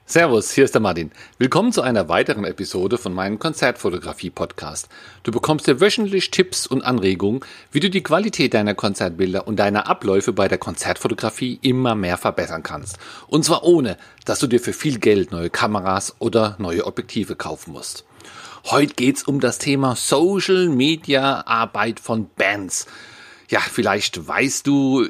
Servus, hier ist der Martin. Willkommen zu einer weiteren Episode von meinem Konzertfotografie-Podcast. Du bekommst hier wöchentlich Tipps und Anregungen, wie du die Qualität deiner Konzertbilder und deiner Abläufe bei der Konzertfotografie immer mehr verbessern kannst. Und zwar ohne, dass du dir für viel Geld neue Kameras oder neue Objektive kaufen musst. Heute geht's um das Thema Social Media Arbeit von Bands. Ja, vielleicht weißt du,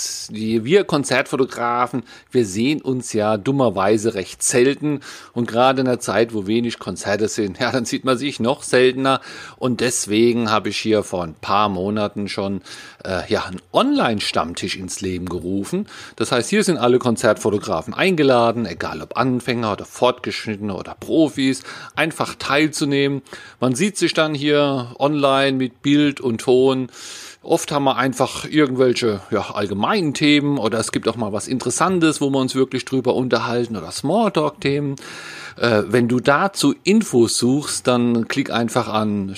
wir Konzertfotografen, wir sehen uns ja dummerweise recht selten und gerade in der Zeit, wo wenig Konzerte sind, ja, dann sieht man sich noch seltener und deswegen habe ich hier vor ein paar Monaten schon einen Online-Stammtisch ins Leben gerufen. Das heißt, hier sind alle Konzertfotografen eingeladen, egal ob Anfänger oder Fortgeschrittene oder Profis, einfach teilzunehmen. Man sieht sich dann hier online mit Bild und Ton. Oft haben wir einfach irgendwelche allgemeinen Themen oder es gibt auch mal was Interessantes, wo wir uns wirklich drüber unterhalten oder Smalltalk-Themen. Wenn du dazu Infos suchst, dann klick einfach an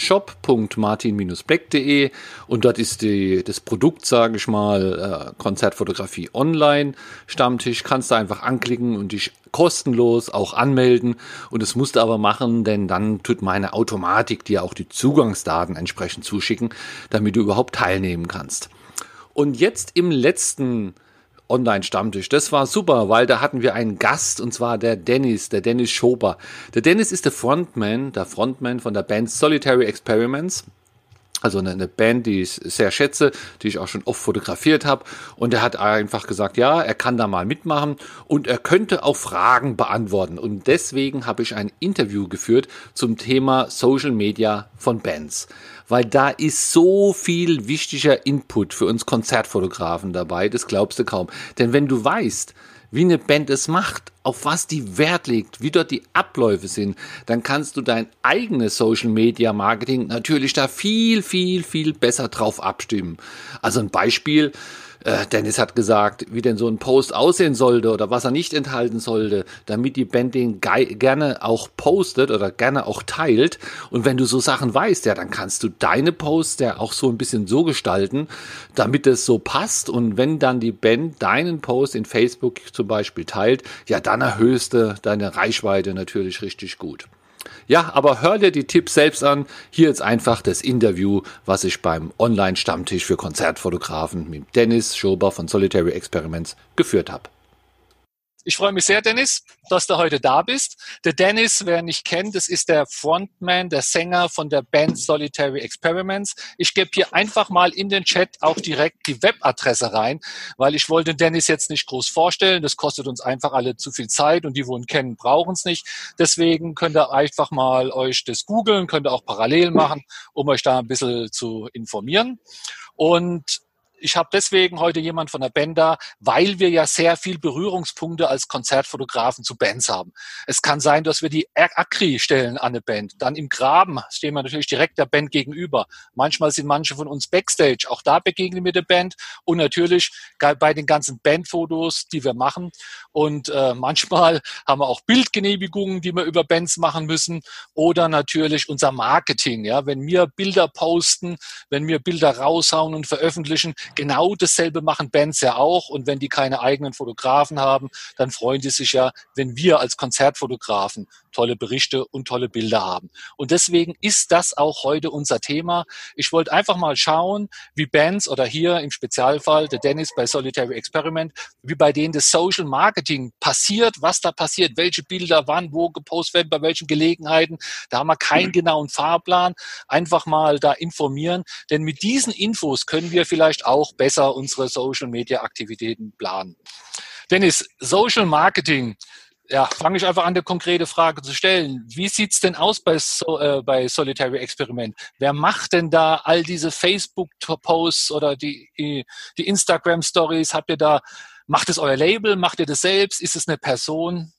shop.martin-black.de und dort ist das Produkt, sage ich mal, Konzertfotografie online Stammtisch. Kannst du einfach anklicken und dich kostenlos auch anmelden und das musst du aber machen, denn dann tut meine Automatik dir auch die Zugangsdaten entsprechend zuschicken, damit du überhaupt teilnehmen kannst. Und jetzt im letzten Online-Stammtisch. Das war super, weil da hatten wir einen Gast und zwar der Dennis Schober. Der Dennis ist der Frontman von der Band Solitary Experiments. Also eine Band, die ich sehr schätze, die ich auch schon oft fotografiert habe. Und er hat einfach gesagt, ja, er kann da mal mitmachen und er könnte auch Fragen beantworten. Und deswegen habe ich ein Interview geführt zum Thema Social Media von Bands. Weil da ist so viel wichtiger Input für uns Konzertfotografen dabei, das glaubst du kaum. Denn wenn du weißt, wie eine Band es macht, auf was die Wert legt, wie dort die Abläufe sind, dann kannst du dein eigenes Social Media Marketing natürlich da viel, viel, viel besser drauf abstimmen. Also ein Beispiel, Dennis hat gesagt, wie denn so ein Post aussehen sollte oder was er nicht enthalten sollte, damit die Band den gerne auch postet oder gerne auch teilt. Und wenn du so Sachen weißt, ja, dann kannst du deine Posts ja auch so ein bisschen so gestalten, damit es so passt. Und wenn dann die Band deinen Post in Facebook zum Beispiel teilt, ja, dann erhöhst du deine Reichweite natürlich richtig gut. Ja, aber hör dir die Tipps selbst an. Hier jetzt einfach das Interview, was ich beim Online-Stammtisch für Konzertfotografen mit Dennis Schober von Solitary Experiments geführt habe. Ich freue mich sehr, Dennis, dass du heute da bist. Der Dennis, wer ihn nicht kennt, das ist der Frontman, der Sänger von der Band Solitary Experiments. Ich gebe hier einfach mal in den Chat auch direkt die Webadresse rein, weil ich wollte Dennis jetzt nicht groß vorstellen. Das kostet uns einfach alle zu viel Zeit und die, wo ihn kennen, brauchen es nicht. Deswegen könnt ihr einfach mal euch das googeln, könnt ihr auch parallel machen, um euch da ein bisschen zu informieren. Und ich habe deswegen heute jemand von der Band da, weil wir ja sehr viel Berührungspunkte als Konzertfotografen zu Bands haben. Es kann sein, dass wir die Acri stellen an eine Band. Dann im Graben stehen wir natürlich direkt der Band gegenüber. Manchmal sind manche von uns Backstage. Auch da begegnen wir der Band. Und natürlich bei den ganzen Bandfotos, die wir machen. Und manchmal haben wir auch Bildgenehmigungen, die wir über Bands machen müssen. Oder natürlich unser Marketing. Ja, wenn wir Bilder posten, wenn wir Bilder raushauen und veröffentlichen, genau dasselbe machen Bands ja auch. Und wenn die keine eigenen Fotografen haben, dann freuen die sich ja, wenn wir als Konzertfotografen tolle Berichte und tolle Bilder haben. Und deswegen ist das auch heute unser Thema. Ich wollte einfach mal schauen, wie Bands oder hier im Spezialfall der Dennis bei Solitary Experiment, wie bei denen das Social Marketing passiert, was da passiert, welche Bilder wann, wo gepostet werden, bei welchen Gelegenheiten. Da haben wir keinen genauen Fahrplan. Einfach mal da informieren. Denn mit diesen Infos können wir vielleicht auch besser unsere Social Media Aktivitäten planen. Dennis, Social Marketing. Ja, fange ich einfach an, eine konkrete Frage zu stellen. Wie sieht's denn aus bei Solitary Experiment? Wer macht denn da all diese Facebook-Posts oder die Instagram-Stories? Macht es euer Label? Macht ihr das selbst? Ist es eine Person?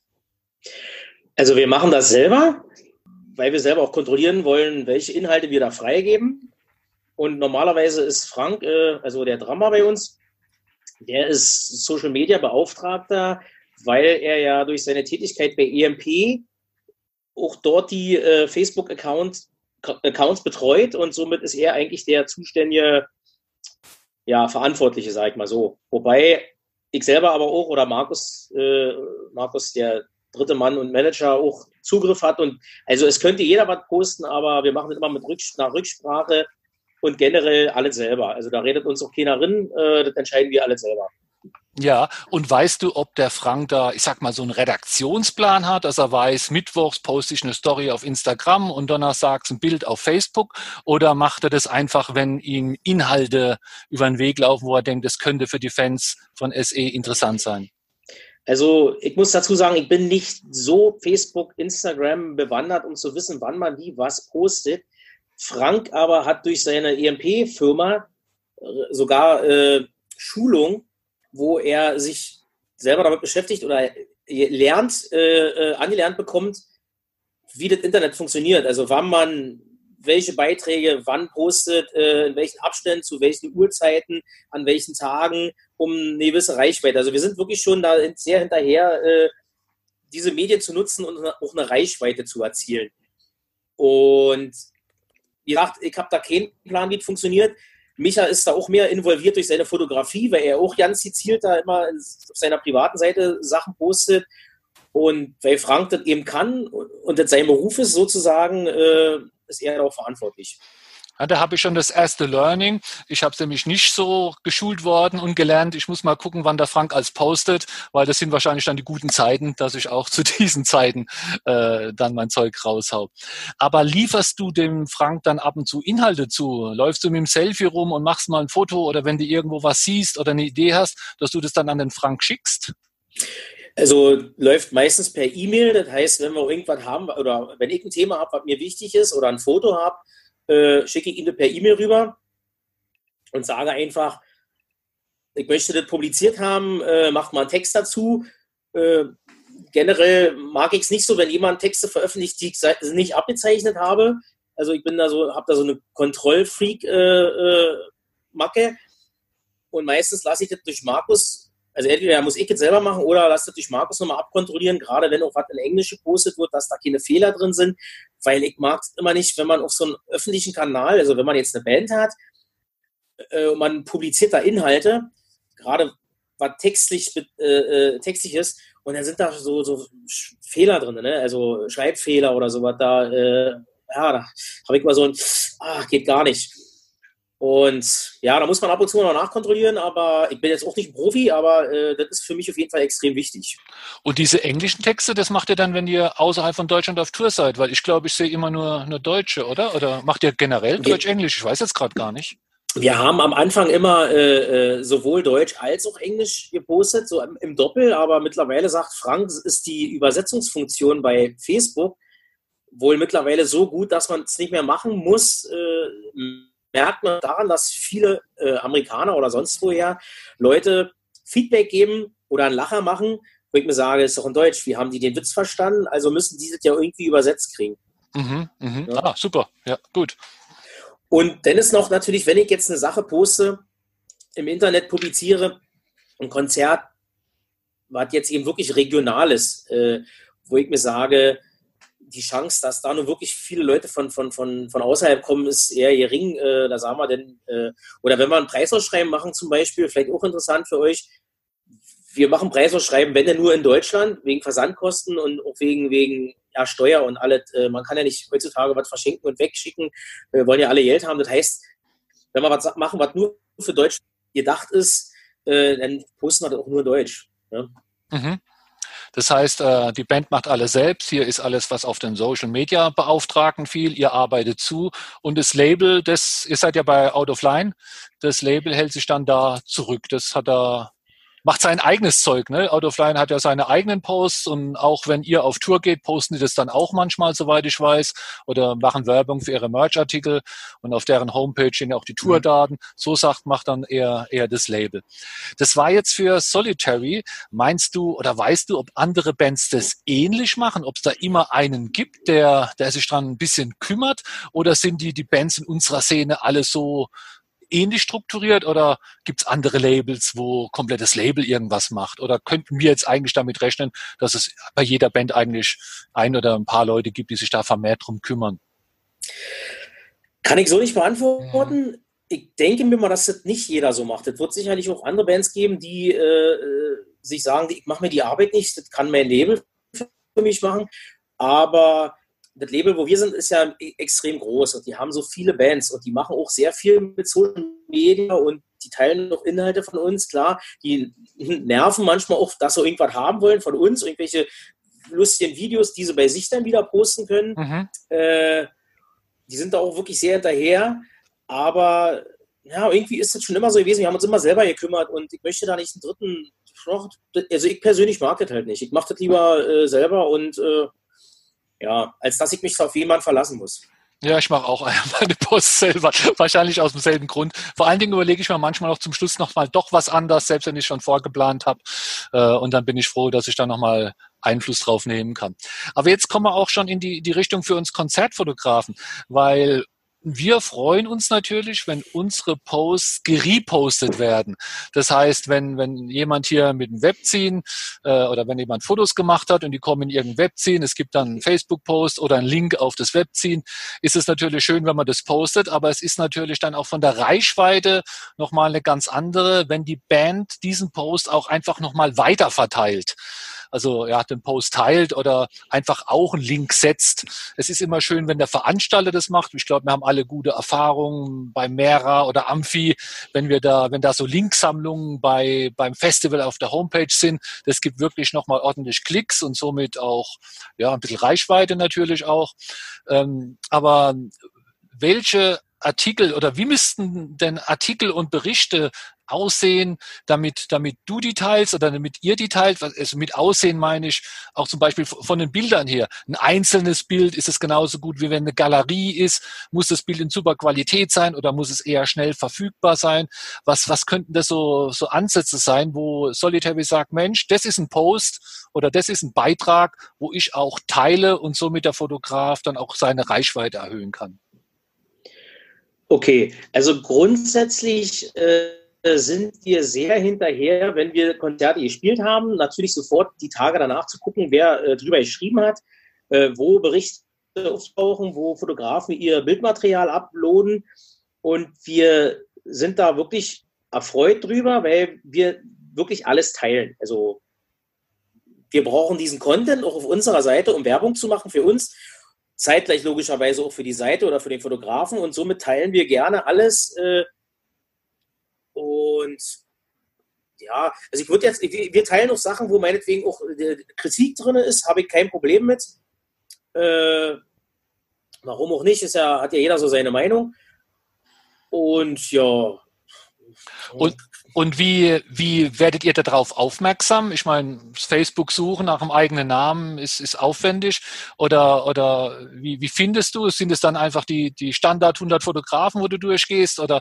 Also wir machen das selber, weil wir selber auch kontrollieren wollen, welche Inhalte wir da freigeben. Und normalerweise ist Frank, also der Drummer bei uns, der ist Social Media Beauftragter, weil er ja durch seine Tätigkeit bei EMP auch dort die Facebook-Accounts betreut und somit ist er eigentlich der zuständige Verantwortliche, sag ich mal so. Wobei ich selber aber auch, oder Markus, der dritte Mann und Manager auch Zugriff hat. Und also es könnte jeder was posten, aber wir machen das immer nach Rücksprache und generell alles selber. Also da redet uns auch keiner rein, das entscheiden wir alles selber. Ja, und weißt du, ob der Frank da, ich sag mal, so einen Redaktionsplan hat, dass er weiß, mittwochs poste ich eine Story auf Instagram und donnerstags ein Bild auf Facebook, oder macht er das einfach, wenn ihm Inhalte über den Weg laufen, wo er denkt, das könnte für die Fans von SE interessant sein? Also ich muss dazu sagen, ich bin nicht so Facebook, Instagram bewandert, um zu wissen, wann man wie was postet. Frank aber hat durch seine EMP-Firma sogar Schulung, wo er sich selber damit beschäftigt oder angelernt bekommt, wie das Internet funktioniert. Also wann man welche Beiträge wann postet, in welchen Abständen, zu welchen Uhrzeiten, an welchen Tagen, um eine gewisse Reichweite. Also wir sind wirklich schon da sehr hinterher, diese Medien zu nutzen und auch eine Reichweite zu erzielen. Und wie gesagt, ich habe da keinen Plan, wie es funktioniert. Micha ist da auch mehr involviert durch seine Fotografie, weil er auch ganz gezielt da immer auf seiner privaten Seite Sachen postet. Und weil Frank das eben kann und das sein Beruf ist sozusagen, ist er darauf verantwortlich. Ja, da habe ich schon das erste Learning. Ich habe nämlich nicht so geschult worden und gelernt. Ich muss mal gucken, wann der Frank als postet, weil das sind wahrscheinlich dann die guten Zeiten, dass ich auch zu diesen Zeiten dann mein Zeug raushau. Aber lieferst du dem Frank dann ab und zu Inhalte zu? Läufst du mit dem Selfie rum und machst mal ein Foto, oder wenn du irgendwo was siehst oder eine Idee hast, dass du das dann an den Frank schickst? Also läuft meistens per E-Mail. Das heißt, wenn wir irgendwas haben oder wenn ich ein Thema habe, was mir wichtig ist, oder ein Foto habe, schicke ich ihm das per E-Mail rüber und sage einfach, ich möchte das publiziert haben, macht mal einen Text dazu. Generell mag ich es nicht so, wenn jemand Texte veröffentlicht, die ich nicht abgezeichnet habe. Also ich bin da so, habe da so eine Kontrollfreak-Macke und meistens lasse ich das durch Markus. Also entweder muss ich es selber machen oder lass das durch Markus nochmal abkontrollieren, gerade wenn auch was in Englisch gepostet wird, dass da keine Fehler drin sind, weil ich mag es immer nicht, wenn man auf so einem öffentlichen Kanal, also wenn man jetzt eine Band hat, man publiziert da Inhalte, gerade was textlich ist, und dann sind da so Fehler drin, ne? Also Schreibfehler oder sowas, da habe ich mal so ein, geht gar nicht. Und ja, da muss man ab und zu noch nachkontrollieren, aber ich bin jetzt auch nicht ein Profi, aber das ist für mich auf jeden Fall extrem wichtig. Und diese englischen Texte, das macht ihr dann, wenn ihr außerhalb von Deutschland auf Tour seid? Weil ich glaube, ich sehe immer nur Deutsche, oder? Oder macht ihr generell Deutsch-Englisch? Ich weiß jetzt gerade gar nicht. Wir haben am Anfang immer sowohl Deutsch als auch Englisch gepostet, so im Doppel, aber mittlerweile sagt Frank, ist die Übersetzungsfunktion bei Facebook wohl mittlerweile so gut, dass man es nicht mehr machen muss. Merkt man daran, dass viele Amerikaner oder sonst woher Leute Feedback geben oder einen Lacher machen, wo ich mir sage, ist doch in Deutsch, wie haben die den Witz verstanden? Also müssen die das ja irgendwie übersetzt kriegen. Ja. Super, ja, gut. Und dann ist noch natürlich, wenn ich jetzt eine Sache poste, im Internet publiziere, ein Konzert, was jetzt eben wirklich regional ist, wo ich mir sage, die Chance, dass da nur wirklich viele Leute von außerhalb kommen, ist eher gering. Da sagen wir denn, oder wenn wir ein Preisausschreiben machen zum Beispiel, vielleicht auch interessant für euch, wir machen Preisausschreiben, wenn denn nur in Deutschland, wegen Versandkosten und auch wegen Steuer und alles. Man kann ja nicht heutzutage was verschenken und wegschicken. Wir wollen ja alle Geld haben. Das heißt, wenn wir was machen, was nur für Deutsch gedacht ist, dann posten wir das auch nur in Deutsch. Ja? Das heißt, die Band macht alles selbst. Hier ist alles, was auf den Social-Media-Beauftragten fiel. Ihr arbeitet zu. Und das Label, ihr seid ja bei Out of Line, das Label hält sich dann da zurück. Das macht sein eigenes Zeug, ne? Out of Line hat ja seine eigenen Posts, und auch wenn ihr auf Tour geht, posten die das dann auch manchmal, soweit ich weiß, oder machen Werbung für ihre Merch-Artikel, und auf deren Homepage stehen ja auch die Tourdaten. So macht dann eher das Label. Das war jetzt für Solitary. Meinst du oder weißt du, ob andere Bands das ähnlich machen? Ob es da immer einen gibt, der sich dran ein bisschen kümmert? Oder sind die Bands in unserer Szene alle so ähnlich strukturiert, oder gibt es andere Labels, wo komplettes Label irgendwas macht? Oder könnten wir jetzt eigentlich damit rechnen, dass es bei jeder Band eigentlich ein oder ein paar Leute gibt, die sich da vermehrt drum kümmern? Kann ich so nicht beantworten. Ich denke mir mal, dass das nicht jeder so macht. Es wird sicherlich auch andere Bands geben, die sich sagen, ich mache mir die Arbeit nicht, das kann mein Label für mich machen. Aber das Label, wo wir sind, ist ja extrem groß und die haben so viele Bands und die machen auch sehr viel mit Social Media und die teilen auch Inhalte von uns, klar. Die nerven manchmal auch, dass sie irgendwas haben wollen von uns, irgendwelche lustigen Videos, die sie bei sich dann wieder posten können. Mhm. Die sind da auch wirklich sehr hinterher, aber ja, irgendwie ist es schon immer so gewesen, wir haben uns immer selber gekümmert und ich möchte da nicht einen dritten, also ich persönlich mag das halt nicht. Ich mache das lieber selber und ja, als dass ich mich auf jemanden verlassen muss. Ja, ich mache auch meine Post selber, wahrscheinlich aus demselben Grund. Vor allen Dingen überlege ich mir manchmal noch zum Schluss nochmal doch was anderes, selbst wenn ich schon vorgeplant habe. Und dann bin ich froh, dass ich da nochmal Einfluss drauf nehmen kann. Aber jetzt kommen wir auch schon in die Richtung für uns Konzertfotografen, weil wir freuen uns natürlich, wenn unsere Posts gerepostet werden. Das heißt, wenn jemand hier mit einem Webzine oder wenn jemand Fotos gemacht hat und die kommen in irgendein Webzine, es gibt dann einen Facebook-Post oder einen Link auf das Webzine, ist es natürlich schön, wenn man das postet, aber es ist natürlich dann auch von der Reichweite nochmal eine ganz andere, wenn die Band diesen Post auch einfach nochmal weiter verteilt. Also ja, den Post teilt oder einfach auch einen Link setzt. Es ist immer schön, wenn der Veranstalter das macht. Ich glaube, wir haben alle gute Erfahrungen bei Mera oder Amphi, wenn da so Linksammlungen beim Festival auf der Homepage sind. Das gibt wirklich nochmal ordentlich Klicks und somit auch ja ein bisschen Reichweite natürlich auch. Aber welche Artikel oder wie müssten denn Artikel und Berichte aussehen, damit du die teilst oder damit ihr die teilt? Also mit Aussehen meine ich auch zum Beispiel von den Bildern her. Ein einzelnes Bild, ist es genauso gut, wie wenn eine Galerie ist? Muss das Bild in super Qualität sein oder muss es eher schnell verfügbar sein? Was könnten das so Ansätze sein, wo Solitary sagt, Mensch, das ist ein Post oder das ist ein Beitrag, wo ich auch teile und somit der Fotograf dann auch seine Reichweite erhöhen kann? Okay, also grundsätzlich sind wir sehr hinterher, wenn wir Konzerte gespielt haben, natürlich sofort die Tage danach zu gucken, wer drüber geschrieben hat, wo Berichte auftauchen, wo Fotografen ihr Bildmaterial uploaden und wir sind da wirklich erfreut drüber, weil wir wirklich alles teilen. Also wir brauchen diesen Content auch auf unserer Seite, um Werbung zu machen für uns, zeitgleich logischerweise auch für die Seite oder für den Fotografen und somit teilen wir gerne alles und ja, also wir teilen auch Sachen, wo meinetwegen auch Kritik drin ist, habe ich kein Problem mit. Warum auch nicht, hat ja jeder so seine Meinung und ja. Und wie werdet ihr darauf aufmerksam? Ich meine, Facebook suchen nach dem eigenen Namen ist aufwendig. Oder wie findest du es? Sind es dann einfach die Standard 100 Fotografen, wo du durchgehst? Oder?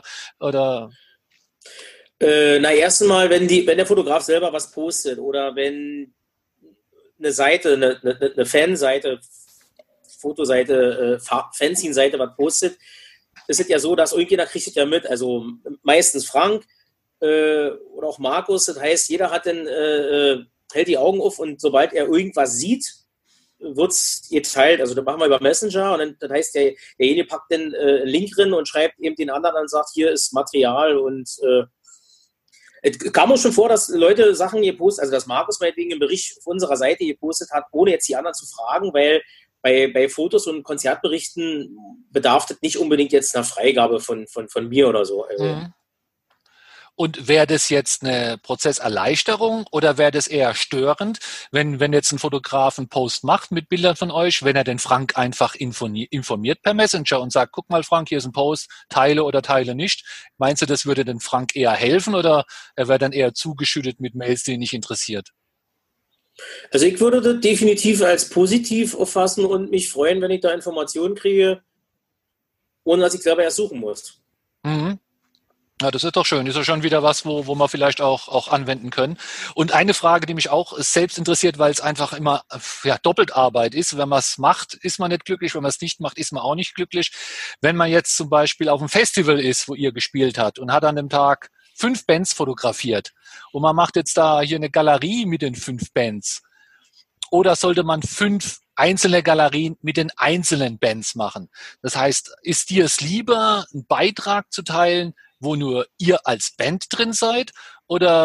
Erst einmal, wenn der Fotograf selber was postet oder wenn eine Seite, eine Fanseite, Fotoseite, Fanzine-Seite was postet, ist es ja so, dass irgendjemand kriegt es ja mit. Also meistens Frank, oder auch Markus, das heißt, jeder hält die Augen auf und sobald er irgendwas sieht, wird es geteilt. Also das machen wir über Messenger und dann, das heißt, derjenige packt den Link drin und schreibt eben den anderen und sagt, hier ist Material und es kam uns schon vor, dass Leute Sachen gepostet, also dass Markus meinetwegen einen Bericht auf unserer Seite gepostet hat, ohne jetzt die anderen zu fragen, weil bei Fotos und Konzertberichten bedarf das nicht unbedingt jetzt einer Freigabe von mir oder so. Also, Und wäre das jetzt eine Prozesserleichterung oder wäre das eher störend, wenn jetzt ein Fotograf einen Post macht mit Bildern von euch, wenn er den Frank einfach informiert per Messenger und sagt, guck mal Frank, hier ist ein Post, teile oder teile nicht. Meinst du, das würde den Frank eher helfen oder er wäre dann eher zugeschüttet mit Mails, die ihn nicht interessiert? Also ich würde das definitiv als positiv auffassen und mich freuen, wenn ich da Informationen kriege, ohne dass ich selber erst suchen muss. Mhm. Ja, das ist doch schön. Das ist ja schon wieder was, wo wir vielleicht auch anwenden können. Und eine Frage, die mich auch selbst interessiert, weil es einfach immer doppelt Arbeit ist. Wenn man es macht, ist man nicht glücklich. Wenn man es nicht macht, ist man auch nicht glücklich. Wenn man jetzt zum Beispiel auf einem Festival ist, wo ihr gespielt habt und hat an dem Tag 5 Bands fotografiert und man macht jetzt da hier eine Galerie mit den 5 Bands. Oder sollte man 5 einzelne Galerien mit den einzelnen Bands machen? Das heißt, ist dir es lieber, einen Beitrag zu teilen, wo nur ihr als Band drin seid? Oder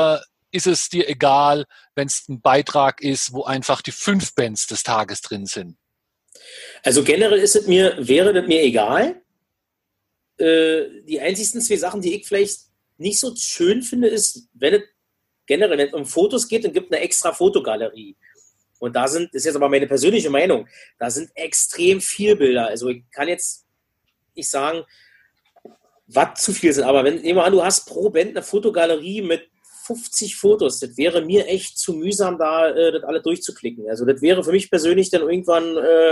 ist es dir egal, wenn es ein Beitrag ist, wo einfach die 5 Bands des Tages drin sind? Also generell wäre das mir egal. Die einzigsten 2 Sachen, die ich vielleicht nicht so schön finde, ist, wenn es um Fotos geht, dann gibt es eine extra Fotogalerie. Und das ist jetzt aber meine persönliche Meinung, da sind extrem viele Bilder. Also ich kann jetzt nicht sagen, was zu viel sind, aber nehmen wir an, du hast pro Band eine Fotogalerie mit 50 Fotos, das wäre mir echt zu mühsam, da das alle durchzuklicken. Also das wäre für mich persönlich dann irgendwann,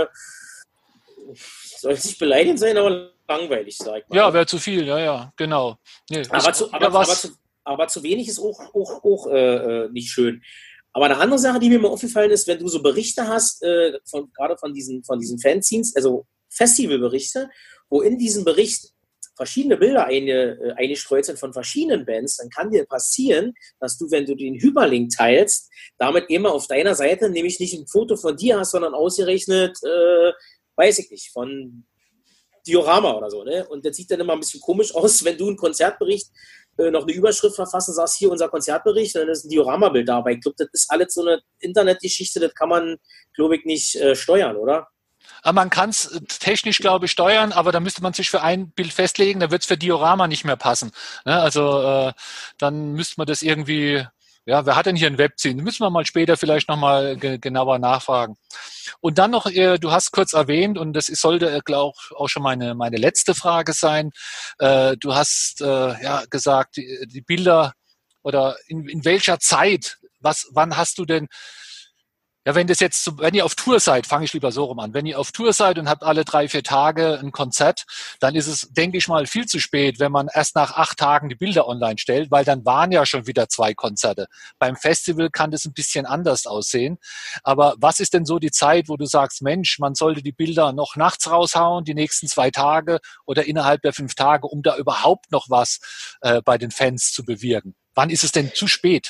soll es nicht beleidigend sein, aber langweilig, sag ich mal. Ja, wäre zu viel, ja, genau. Nee, aber zu wenig ist auch nicht schön. Aber eine andere Sache, die mir mal aufgefallen ist, wenn du so Berichte hast, gerade von diesen Fanzines, also Festivalberichte, wo in diesem Bericht verschiedene Bilder eingestreut sind von verschiedenen Bands, dann kann dir passieren, dass du, wenn du den Hyperlink teilst, damit immer auf deiner Seite nämlich nicht ein Foto von dir hast, sondern ausgerechnet, weiß ich nicht, von Diorama oder so. Ne? Und das sieht dann immer ein bisschen komisch aus, wenn du einen Konzertbericht noch eine Überschrift verfasst und sagst, hier unser Konzertbericht, dann ist ein Dioramabild dabei. Ich glaube, das ist alles so eine Internetgeschichte, das kann man, glaube ich, nicht steuern, oder? Aber man kann es technisch, glaube ich, steuern, aber da müsste man sich für ein Bild festlegen, da wird es für Diorama nicht mehr passen. Ne? Also dann müsste man das irgendwie, ja, wer hat denn hier ein Webzine? Müssen wir mal später vielleicht nochmal genauer nachfragen. Und dann noch, du hast kurz erwähnt, und das sollte auch schon meine letzte Frage sein, du hast gesagt, die Bilder oder in welcher Zeit, wann hast du denn, ja, wenn ihr auf Tour seid, fange ich lieber so rum an. Wenn ihr auf Tour seid und habt alle 3-4 Tage ein Konzert, dann ist es, denke ich mal, viel zu spät, wenn man erst nach 8 Tagen die Bilder online stellt, weil dann waren ja schon wieder 2 Konzerte. Beim Festival kann das ein bisschen anders aussehen. Aber was ist denn so die Zeit, wo du sagst, Mensch, man sollte die Bilder noch nachts raushauen, die nächsten 2 Tage oder innerhalb der 5 Tage, um da überhaupt noch was bei den Fans zu bewirken? Wann ist es denn zu spät?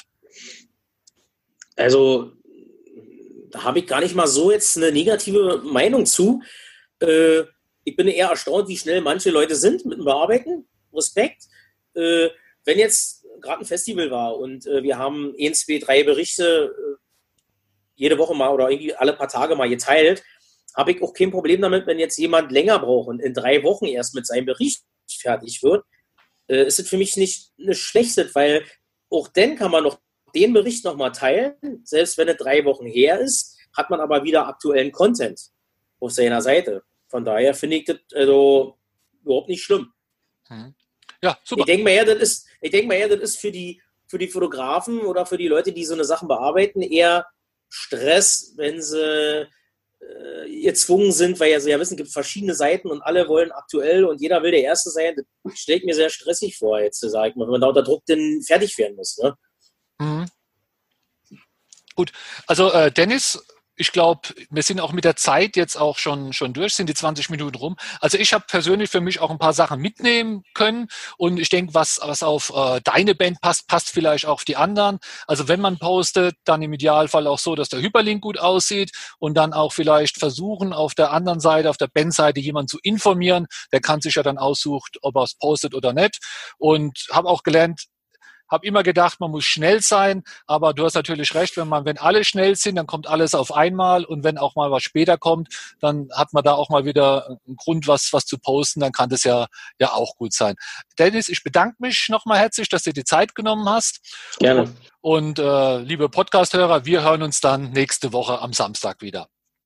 Also da habe ich gar nicht mal so jetzt eine negative Meinung zu. Ich bin eher erstaunt, wie schnell manche Leute sind mit dem Bearbeiten. Respekt. Wenn jetzt gerade ein Festival war und wir haben 1, 2, 3 Berichte jede Woche mal oder irgendwie alle paar Tage mal geteilt, habe ich auch kein Problem damit, wenn jetzt jemand länger braucht und in 3 Wochen erst mit seinem Bericht fertig wird. Ist es für mich nicht schlecht, weil auch dann kann man noch den Bericht nochmal teilen, selbst wenn es 3 Wochen her ist, hat man aber wieder aktuellen Content auf seiner Seite. Von daher finde ich das also überhaupt nicht schlimm. Ja, super. Ich denke mal, das ist für die Fotografen oder für die Leute, die so eine Sachen bearbeiten, eher Stress, wenn sie gezwungen sind, weil sie ja wissen, es gibt verschiedene Seiten und alle wollen aktuell und jeder will der Erste sein. Das stelle ich mir sehr stressig vor, jetzt zu sagen, wenn man da unter Druck denn fertig werden muss. Ne? Mhm. Gut, also Dennis, ich glaube, wir sind auch mit der Zeit jetzt auch schon durch, sind die 20 Minuten rum. Also ich habe persönlich für mich auch ein paar Sachen mitnehmen können und ich denke, was auf deine Band passt vielleicht auch auf die anderen. Also wenn man postet, dann im Idealfall auch so, dass der Hyperlink gut aussieht und dann auch vielleicht versuchen, auf der anderen Seite, auf der Bandseite jemanden zu informieren. Der kann sich ja dann aussuchen, ob er es postet oder nicht. Und habe auch gelernt, habe immer gedacht, man muss schnell sein, aber du hast natürlich recht, wenn alle schnell sind, dann kommt alles auf einmal und wenn auch mal was später kommt, dann hat man da auch mal wieder einen Grund, was zu posten, dann kann das ja auch gut sein. Dennis, ich bedanke mich nochmal herzlich, dass du dir die Zeit genommen hast. Gerne. Und liebe Podcast-Hörer, wir hören uns dann nächste Woche am Samstag wieder.